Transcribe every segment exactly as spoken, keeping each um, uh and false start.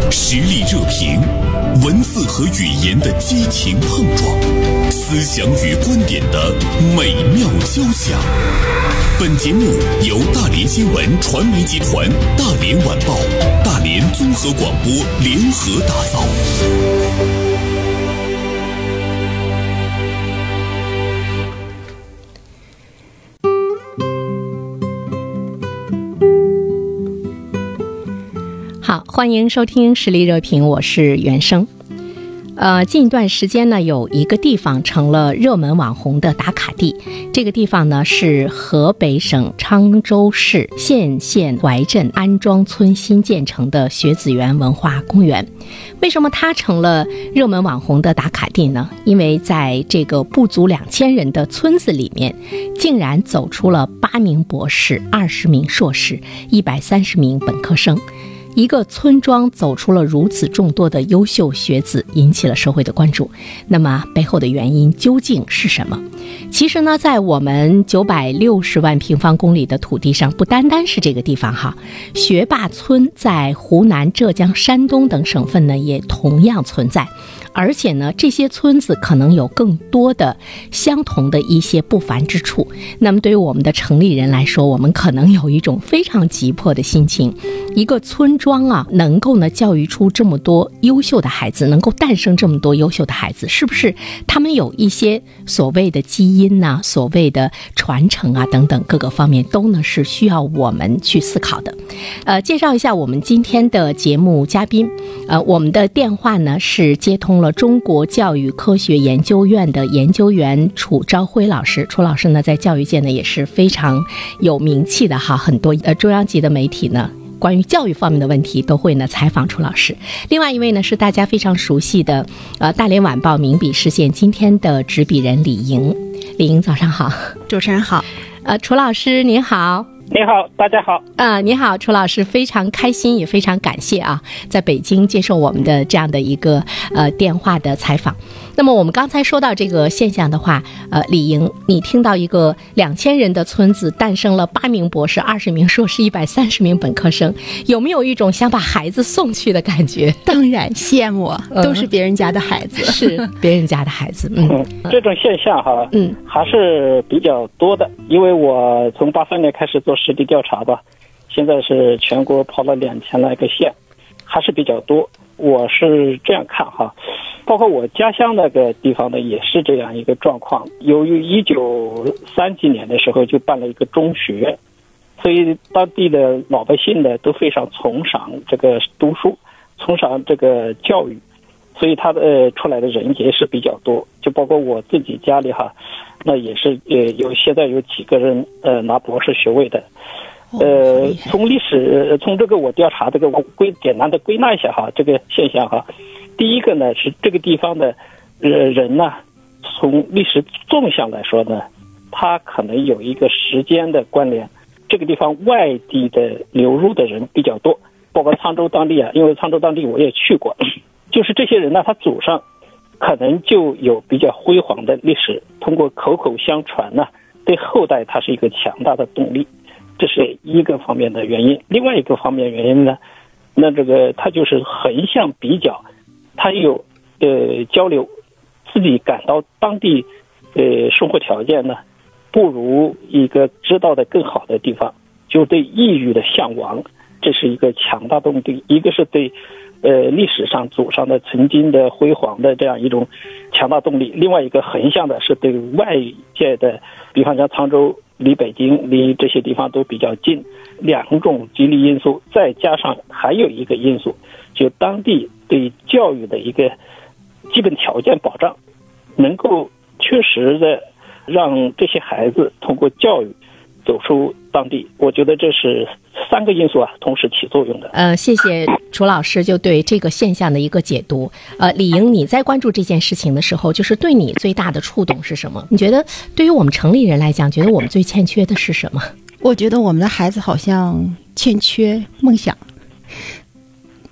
实力热评，文字和语言的激情碰撞，思想与观点的美妙交响。本节目由大连新闻传媒集团、大连晚报、大连综合广播联合打造。 好，欢迎收听实力热评，我是袁生。呃，近一段时间呢，有一个地方成了热门网红的打卡地。这个地方呢是河北省沧州市献县怀镇安庄村新建成的学子园文化公园。为什么它成了热门网红的打卡地呢？因为在这个不足两千人的村子里面，竟然走出了八名博士、二十名硕士、一百三十名本科生。一个村庄走出了如此众多的优秀学子，引起了社会的关注。那么背后的原因究竟是什么？其实呢，在我们九百六十万平方公里的土地上，不单单是这个地方哈，学霸村在湖南、浙江、山东等省份呢也同样存在。而且呢，这些村子可能有更多的相同的一些不凡之处。那么对于我们的城里人来说，我们可能有一种非常急迫的心情。一个村庄啊，能够呢教育出这么多优秀的孩子，能够诞生这么多优秀的孩子，是不是他们有一些所谓的基因呐、啊、所谓的传承啊等等各个方面都呢是需要我们去思考的。呃，介绍一下我们今天的节目嘉宾。呃，我们的电话呢是接通了中国教育科学研究院的研究员楚朝晖老师。楚老师呢在教育界呢也是非常有名气的哈，很多呃中央级的媒体呢关于教育方面的问题都会呢采访楚老师。另外一位呢是大家非常熟悉的呃大连晚报名笔视线今天的执笔人李莹。李莹早上好。 主持人好。 呃，楚老师您好。 你好，大家好。 呃，你好，楚老师，非常开心，也非常感谢啊，在北京接受我们的这样的一个呃电话的采访。那么我们刚才说到这个现象的话，呃，李莹，你听到一个两千人的村子诞生了八名博士、二十名硕士、一百三十名本科生，有没有一种想把孩子送去的感觉？ 当然羡慕，嗯、都是别人家的孩子， 是别人家的孩子。嗯， 嗯这种现象哈，嗯，还是比较多的，因为我从八三年开始做实地调查吧，现在是全国跑了两千来个县，还是比较多。我是这样看哈，包括我家乡那个地方呢，也是这样一个状况。由于一九三几年的时候就办了一个中学，所以当地的老百姓呢都非常崇尚这个读书，崇尚这个教育，所以他的、呃、出来的人也是比较多。就包括我自己家里哈，那也是呃有现在有几个人呃拿博士学位的。呃，从历史，从这个我调查这个我归简单的归纳一下哈，这个现象哈。第一个呢是这个地方的呃人呢，从历史纵向来说呢，他可能有一个时间的关联。这个地方外地的流入的人比较多，包括沧州当地啊，因为沧州当地我也去过，就是这些人呢，他祖上可能就有比较辉煌的历史，通过口口相传呢，对后代它是一个强大的动力。这是一个方面的原因。另外一个方面原因呢，那这个它就是横向比较，它有呃交流，自己感到当地呃生活条件呢不如一个知道的更好的地方，就对异域的向往，这是一个强大动力。一个是对呃历史上祖上的曾经的辉煌的这样一种强大动力，另外一个横向的是对外界的，比方讲沧州离北京离这些地方都比较近，两种激励因素，再加上还有一个因素，就当地对教育的一个基本条件保障，能够确实的让这些孩子通过教育走出当地。我觉得这是三个因素啊同时起作用的。 呃，谢谢楚老师就对这个现象的一个解读。呃，李莹，你在关注这件事情的时候，就是对你最大的触动是什么？你觉得对于我们城里人来讲，觉得我们最欠缺的是什么？ 我觉得我们的孩子好像欠缺梦想。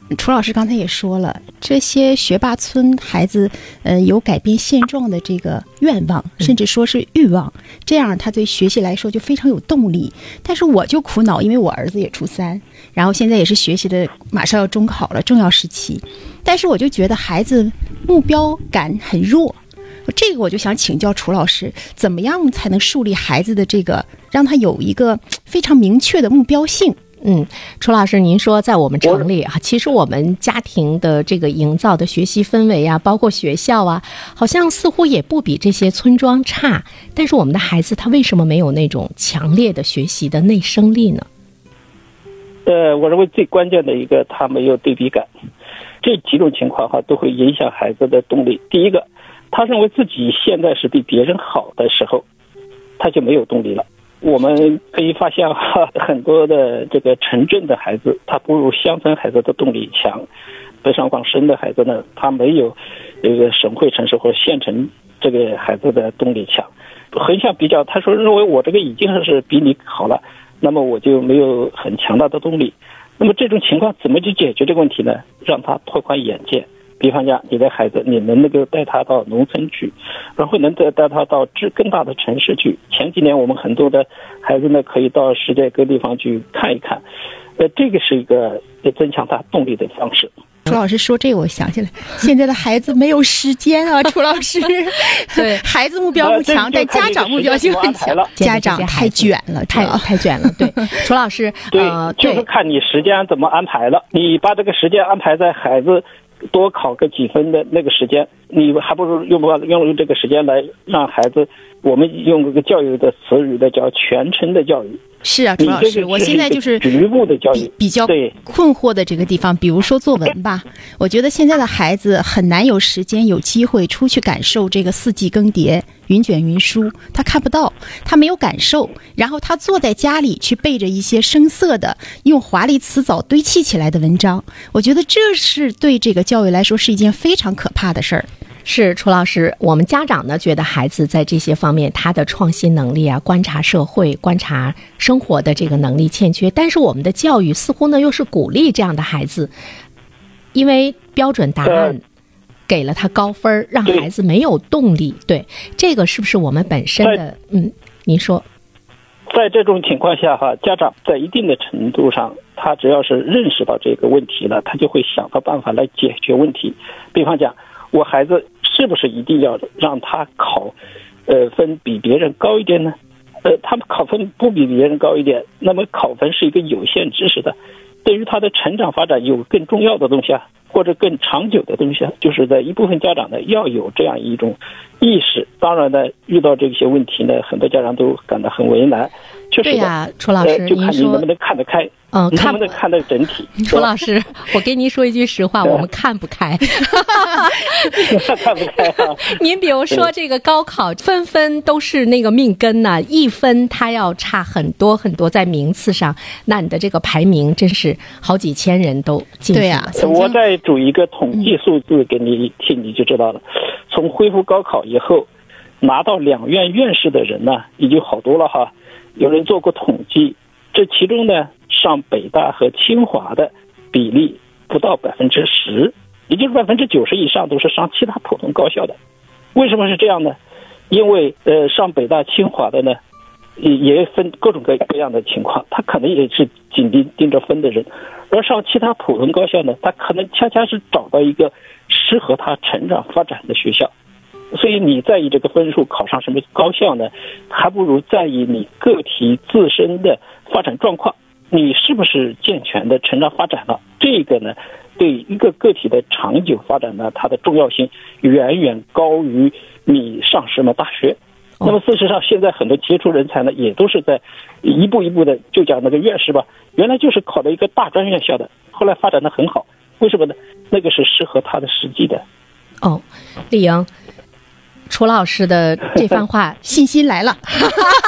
楚老师刚才也说了，这些学霸村孩子，呃，有改变现状的这个愿望，甚至说是欲望，这样他对学习来说就非常有动力。但是我就苦恼，因为我儿子也初三，然后现在也是学习的，马上要中考了，重要时期，但是我就觉得孩子目标感很弱。这个我就想请教楚老师，怎么样才能树立孩子的这个，让他有一个非常明确的目标性？ 嗯，楚老师，您说在我们城里啊，其实我们家庭的这个营造的学习氛围啊，包括学校啊，好像似乎也不比这些村庄差。但是我们的孩子他为什么没有那种强烈的学习的内生力呢？ 呃，我认为最关键的一个，他没有对比感。这几种情况哈，都会影响孩子的动力。第一个，他认为自己现在是比别人好的时候，他就没有动力了。我们可以发现哈，很多的这个城镇的孩子，他不如乡村孩子的动力强。北上广深的孩子呢，他没有这个省会城市或者县城这个孩子的动力强。横向比较，他说认为我这个已经是比你好了，那么我就没有很强大的动力。那么这种情况怎么去解决这个问题呢？让他拓宽眼界。比方讲，你的孩子，你能够带他到农村去，然后能带带他到更大的城市去。前几年我们很多的孩子呢，可以到世界各地方去看一看，呃，这个是一个增强他动力的方式。 楚老师说这个，我想起来，现在的孩子没有时间啊，楚老师。对，孩子目标不强，但家长目标就很强，家长太卷了， 太太卷了。对，楚老师， 对，呃、就是看你时间怎么安排了。你把这个时间安排在孩子多考个几分的那个时间，你还不如用不用这个时间来让孩子，我们用这个教育的词语的叫全程的教育。 是啊，楚老师，我现在就是局部的教育比较困惑的这个地方，比如说作文吧，我觉得现在的孩子很难有时间有机会出去感受这个四季更迭、云卷云舒，他看不到，他没有感受，然后他坐在家里去背着一些生涩的用华丽词藻堆砌起来的文章，我觉得这是对这个教育来说是一件非常可怕的事儿。 是，楚老师，我们家长呢觉得孩子在这些方面他的创新能力啊，观察社会、观察生活的这个能力欠缺，但是我们的教育似乎呢又是鼓励这样的孩子，因为标准答案给了他高分，让孩子没有动力。对，这个是不是我们本身的？嗯，您说。 在这种情况下哈，家长在一定的程度上，他只要是认识到这个问题了，他就会想到办法来解决问题。比方讲，我孩子是不是一定要让他考，呃，分比别人高一点呢？呃，他们考分不比别人高一点，那么考分是一个有限知识的，对于他的成长发展有更重要的东西啊，或者更长久的东西啊，就是在一部分家长呢要有这样一种意识。当然呢，遇到这些问题呢，很多家长都感到很为难。确实的， 对呀、啊，楚老师， 呃，就看你能不能看得开。嗯，能不能看得整体？ 楚老师，我跟您说一句实话，我们看不开。 看不开啊！ 您比如说这个高考，分分都是那个命根呐、啊，一分它要差很多很多，在名次上，那你的这个排名真是好几千人都进去了。对呀、 啊，我再数一个统计数字给你听，你就知道了。从恢复高考以后，拿到两院院士的人呢，已经好多了哈。有人做过统计，这其中呢，上北大和清华的比例不到百分之十，也就是百分之九十以上都是上其他普通高校的。为什么是这样呢？因为呃，上北大清华的呢，也也分各种各各样的情况，他可能也是紧盯盯着分的人，而上其他普通高校呢，他可能恰恰是找到一个适合他成长发展的学校。所以你在意这个分数考上什么高校呢，还不如在意你个体自身的发展状况，你是不是健全的成长发展了。这个呢，对一个个体的长久发展呢，它的重要性远远高于你上什么大学。那么事实上现在很多杰出人才呢，也都是在一步一步的，就讲那个院士吧，原来就是考了一个大专院校的，后来发展的很好。为什么呢？那个是适合他的实际的。 哦，丽莹，楚老师的这番话信心来了。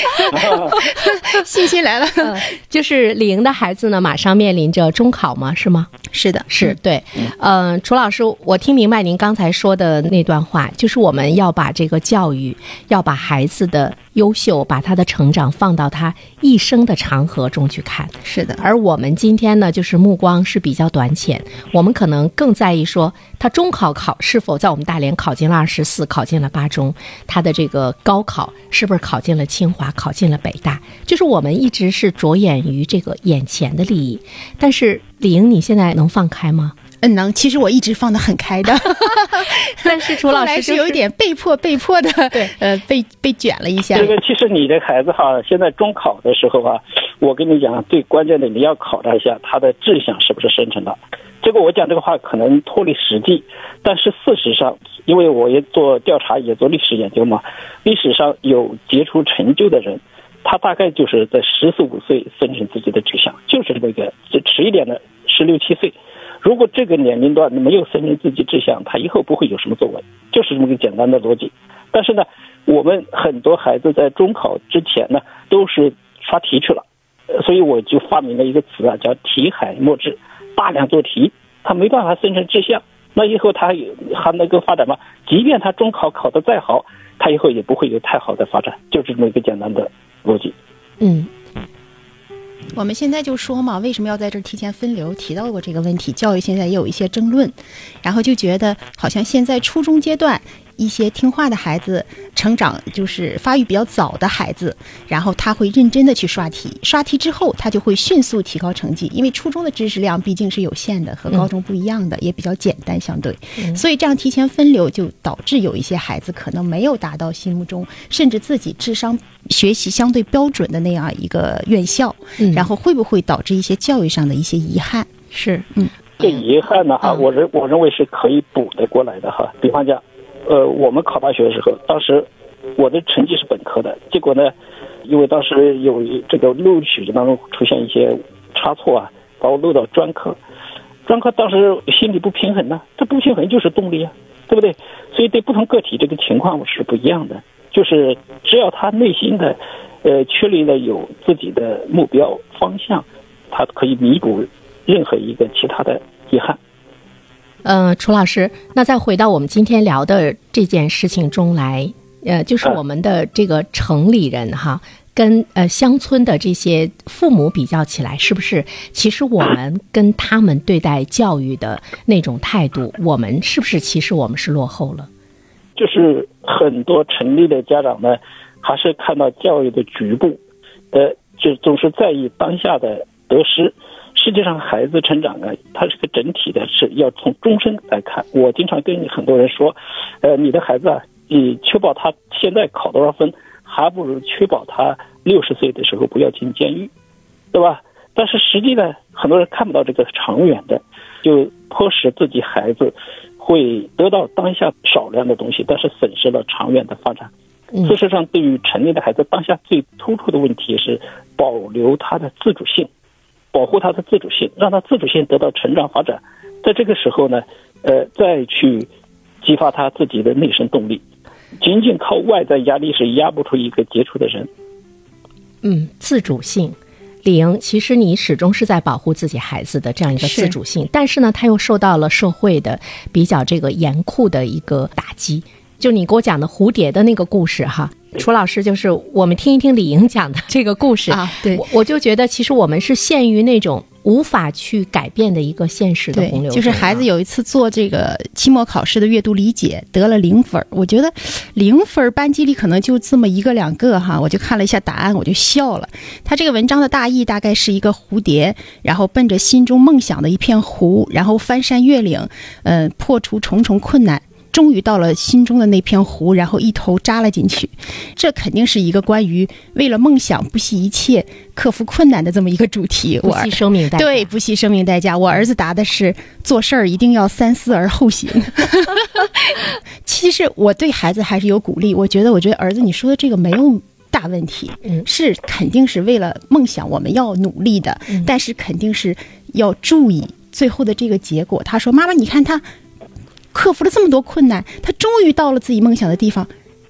信心来了。 嗯、就是李莹的孩子呢，马上面临着中考吗？是吗？ 是的， 是对。嗯、呃，楚老师，我听明白您刚才说的那段话，就是我们要把这个教育，要把孩子的优秀，把他的成长放到他一生的长河中去看。 是的， 而我们今天呢，就是目光是比较短浅，我们可能更在意说他中考考是否在我们大连考进了二十四，考进了八中，他的这个高考是不是考进了清华，考进了北大，就是我们一直是着眼于这个眼前的利益。但是李莹，你现在能放开吗？ 嗯，能。其实我一直放得很开的， 但是楚老师、就是、 是有一点被迫被迫的，对，呃，被被卷了一下。 这个其实你的孩子哈，现在中考的时候啊，我跟你讲，最关键的你要考察一下他的志向是不是生成的。这个我讲这个话可能脱离实际，但是事实上，因为我也做调查，也做历史研究嘛，历史上有杰出成就的人，他大概就是在十四五岁生成自己的志向，就是这么一个迟一点的十六七岁。如果这个年龄段没有生成自己志向，他以后不会有什么作为，就是这么个简单的逻辑。但是呢，我们很多孩子在中考之前呢，都是刷题去了，所以我就发明了一个词啊，叫题海默志，大量做题，他没办法生成志向，那以后他还能够发展吗？即便他中考考得再好，他以后也不会有太好的发展，就是这么一个简单的逻辑。 嗯。 我们现在就说嘛，为什么要在这儿提前分流？提到过这个问题，教育现在也有一些争论，然后就觉得好像现在初中阶段一些听话的孩子成长，就是发育比较早的孩子，然后他会认真的去刷题，刷题之后他就会迅速提高成绩，因为初中的知识量毕竟是有限的，和高中不一样的，嗯、也比较简单相对，嗯、所以这样提前分流就导致有一些孩子可能没有达到心目中甚至自己智商学习相对标准的那样一个院校，嗯、然后会不会导致一些教育上的一些遗憾？ 是， 嗯， 这遗憾呢，哈，我认我认为是可以补得过来的哈。比方讲，呃，我们考大学的时候，当时我的成绩是本科的，结果呢，因为当时有这个录取当中出现一些差错啊，把我录到专科，专科当时心里不平衡呢，这不平衡就是动力啊，对不对？所以对不同个体这个情况是不一样的，就是只要他内心的，呃，确立了有自己的目标方向，他可以弥补任何一个其他的遗憾。 呃，楚老师，那再回到我们今天聊的这件事情中来，呃，就是我们的这个城里人哈，跟呃乡村的这些父母比较起来，是不是其实我们跟他们对待教育的那种态度，我们是不是其实我们是落后了？ 就是很多城里的家长呢，还是看到教育的局部的，就总是在意当下的得失。实际上孩子成长啊，它是个整体的，是要从终身来看。我经常跟很多人说，呃，你的孩子啊，你确保他现在考多少分，还不如确保他六十岁的时候不要进监狱，对吧？但是实际呢，很多人看不到这个长远的，就迫使自己孩子会得到当下少量的东西，但是损失了长远的发展。事实上，对于城里的孩子，当下最突出的问题是保留他的自主性，保护他的自主性，让他自主性得到成长发展。在这个时候呢，呃，再去激发他自己的内生动力。仅仅靠外在压力是压不出一个杰出的人。 嗯，自主性。李莹，其实你始终是在保护自己孩子的这样一个自主性，但是呢，他又受到了社会的比较这个严酷的一个打击。就你给我讲的蝴蝶的那个故事哈，楚老师，就是我们听一听李莹讲的这个故事啊，对， 我我就觉得其实我们是陷于那种无法去改变的一个现实的洪流。 就是孩子有一次做这个期末考试的阅读理解得了零分，我觉得零分班级里可能就这么一个两个哈，我就看了一下答案我就笑了。他这个文章的大意大概是一个蝴蝶，然后奔着心中梦想的一片湖，然后翻山越岭，呃，破除重重困难，终于到了心中的那片湖，然后一头扎了进去。这肯定是一个关于为了梦想不惜一切克服困难的这么一个主题。 不惜生命代价。 对，不惜生命代价。我儿子答的是做事儿一定要三思而后行。其实我对孩子还是有鼓励，我觉得我觉得儿子你说的这个没有大问题，嗯，是肯定是为了梦想我们要努力的，嗯，但是肯定是要注意最后的这个结果。他说妈妈你看他克服了这么多困难，他终于到了自己梦想的地方，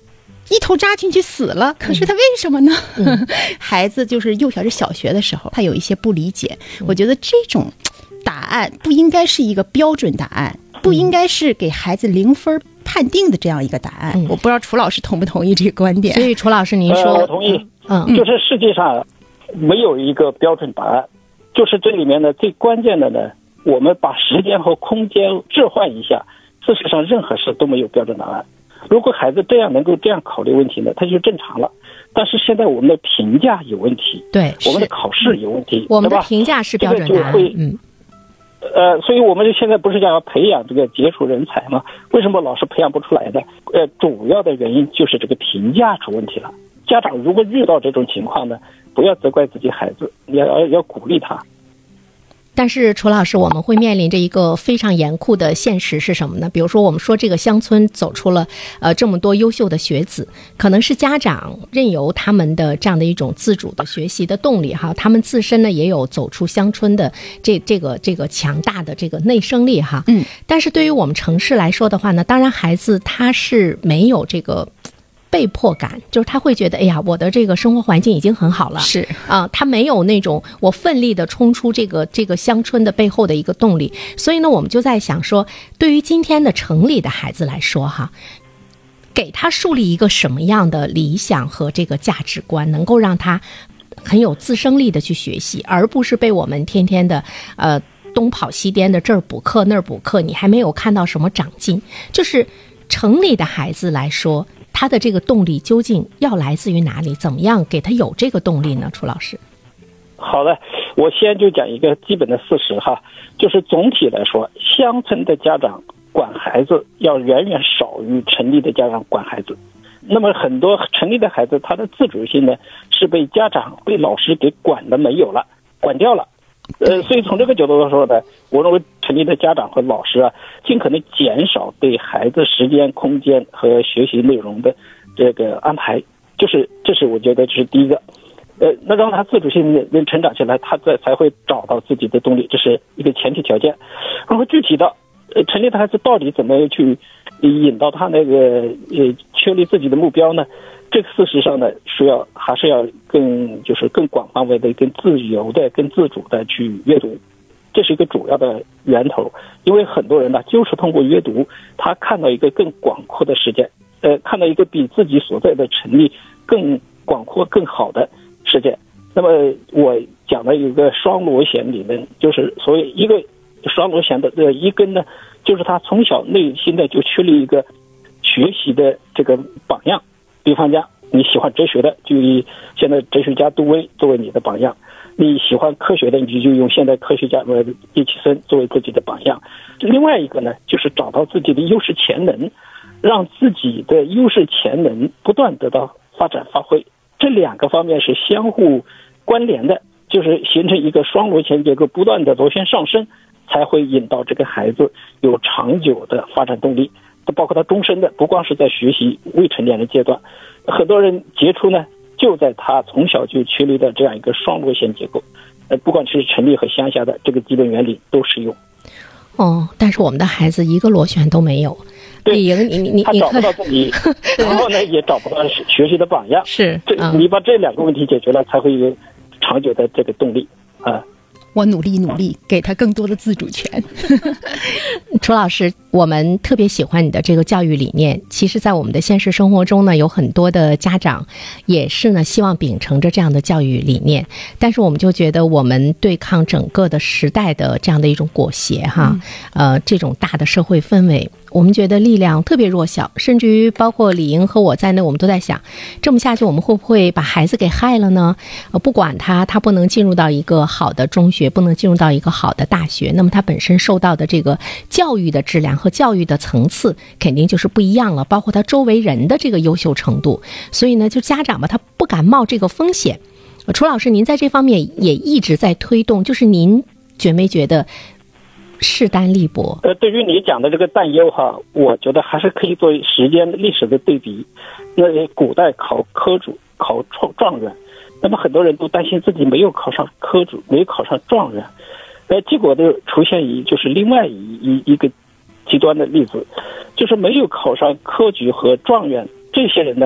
一头扎进去死了，可是他为什么呢？嗯、孩子就是幼小是小学的时候，他有一些不理解。嗯、我觉得这种答案不应该是一个标准答案，不应该是给孩子零分判定的这样一个答案。嗯、我不知道楚老师同不同意这个观点。 所以楚老师您说、 呃、我同意。嗯，就是世界上没有一个标准答案，就是这里面呢最关键的呢，我们把时间和空间置换一下，事实上任何事都没有标准答案。如果孩子这样能够这样考虑问题呢，他就正常了。但是现在我们的评价有问题， 对， 我们的考试有问题， 我们的评价是标准答案。 这个就会嗯。呃，所以我们现在不是讲要培养这个杰出人才吗？为什么老是培养不出来呢？呃，主要的原因就是这个评价出问题了。家长如果遇到这种情况呢，不要责怪自己孩子，要要要鼓励他。 但是楚老师，我们会面临着一个非常严酷的现实是什么呢？比如说我们说这个乡村走出了呃这么多优秀的学子，可能是家长任由他们的这样的一种自主的学习的动力哈，他们自身呢也有走出乡村的这这个这个强大的这个内生力哈。嗯，但是对于我们城市来说的话呢，当然孩子他是没有这个被迫感，就是他会觉得哎呀，我的这个生活环境已经很好了， 是啊、呃，他没有那种我奋力的冲出这个这个乡村的背后的一个动力。所以呢，我们就在想说，对于今天的城里的孩子来说哈，给他树立一个什么样的理想和这个价值观，能够让他很有自生力的去学习，而不是被我们天天的呃东跑西颠的这儿补课那儿补课，你还没有看到什么长进。就是城里的孩子来说，他的这个动力究竟要来自于哪里？怎么样给他有这个动力呢？楚老师。 好的，我先就讲一个基本的事实哈，就是总体来说，乡村的家长管孩子要远远少于城里的家长管孩子。那么很多城里的孩子，他的自主性呢是被家长、被老师给管的没有了，管掉了。呃，所以从这个角度来说呢，我认为城里的家长和老师啊，尽可能减少对孩子时间、空间和学习内容的这个安排，就是这是我觉得这是第一个。呃，那让他自主性能成长起来，他在才会找到自己的动力，这是一个前提条件。然后具体的，呃，城里的孩子到底怎么去引导他那个呃确立自己的目标呢？这个事实上呢，需要还是要更就是更广范围的、更自由的、更自主的去阅读，这是一个主要的源头。因为很多人呢，就是通过阅读，他看到一个更广阔的世界，呃，看到一个比自己所在的城里更广阔、更好的世界。那么我讲的有一个双螺旋理论，就是所谓一个双螺旋的这一根呢，就是他从小内心的就确立一个学习的这个榜样。比方讲，你喜欢哲学的，就以现在哲学家杜威作为你的榜样；你喜欢科学的，你就用现代科学家呃叶奇森作为自己的榜样。另外一个呢，就是找到自己的优势潜能，让自己的优势潜能不断得到发展发挥。这两个方面是相互关联的，就是形成一个双螺旋结构，不断的螺旋上升，才会引导这个孩子有长久的发展动力。包括他终身的，不光是在学习未成年的阶段，很多人杰出呢，就在他从小就确立的这样一个双螺旋结构，呃，不管是城里和乡下的这个基本原理都适用。 哦，但是我们的孩子一个螺旋都没有。 对， 李莹，你你你他找不到自己，然后呢也找不到学习的榜样。 是， 这、嗯、你把这两个问题解决了，才会有长久的这个动力啊。 我努力努力，给他更多的自主权。 楚老师，我们特别喜欢你的这个教育理念。其实在我们的现实生活中呢，有很多的家长也是呢希望秉承着这样的教育理念，但是我们就觉得我们对抗整个的时代的这样的一种裹挟哈、嗯、呃，这种大的社会氛围，我们觉得力量特别弱小，甚至于包括李莹和我在内，我们都在想，这么下去我们会不会把孩子给害了呢？呃，不管他，他不能进入到一个好的中学，不能进入到一个好的大学，那么他本身受到的这个教育的质量和教育的层次肯定就是不一样了，包括他周围人的这个优秀程度。所以呢，就家长吧，他不敢冒这个风险。楚老师，您在这方面也一直在推动，就是您觉没觉得势单力薄？ 呃，对于你讲的这个担忧哈，我觉得还是可以做时间历史的对比。那古代考科举、考状元，那么很多人都担心自己没有考上科举，没有考上状元，呃，结果就出现一就是另外一一一个极端的例子，就是没有考上科举和状元，这些人呢，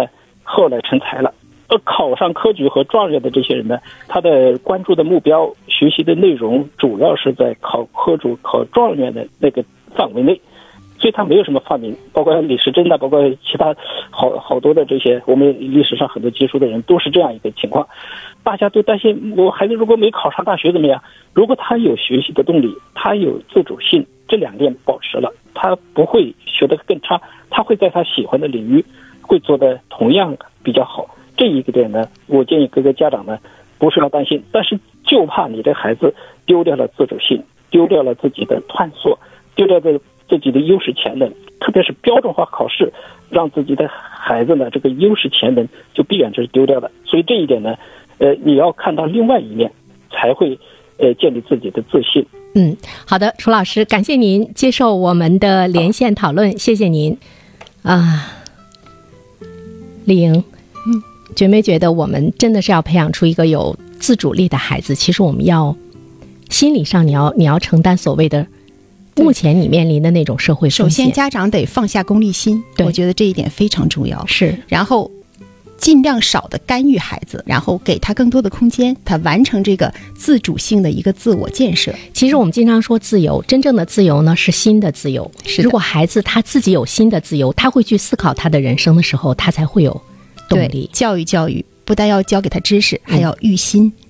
后来成才了。而考上科举和状元的这些人呢，他的关注的目标、学习的内容主要是在考科举、考状元的那个范围内，所以他没有什么发明，包括李时珍的，包括其他好好多的这些我们历史上很多杰出的人都是这样一个情况。大家都担心我孩子如果没考上大学怎么样？如果他有学习的动力，他有自主性，这两点保持了，他不会学得更差，他会在他喜欢的领域会做得同样比较好。这一个点呢，我建议各个家长呢不是要担心，但是就怕你的孩子丢掉了自主性，丢掉了自己的探索，丢掉了自己的优势潜能，特别是标准化考试让自己的孩子呢这个优势潜能就必然是丢掉的。所以这一点呢呃，你要看到另外一面才会呃建立自己的自信。 嗯，好的，楚老师，感谢您接受我们的连线讨论，谢谢您啊。丽莹，嗯，觉没觉得我们真的是要培养出一个有自主力的孩子？其实我们要心理上你要你要承担所谓的目前你面临的那种社会风险。 首先家长得放下功利心，我觉得这一点非常重要。 是， 然后尽量少的干预孩子，然后给他更多的空间，他完成这个自主性的一个自我建设。 其实我们经常说自由，真正的自由呢是心的自由。 是， 如果孩子他自己有心的自由，他会去思考他的人生的时候，他才会有动力。 教育教育不但要教给他知识，还要育心。嗯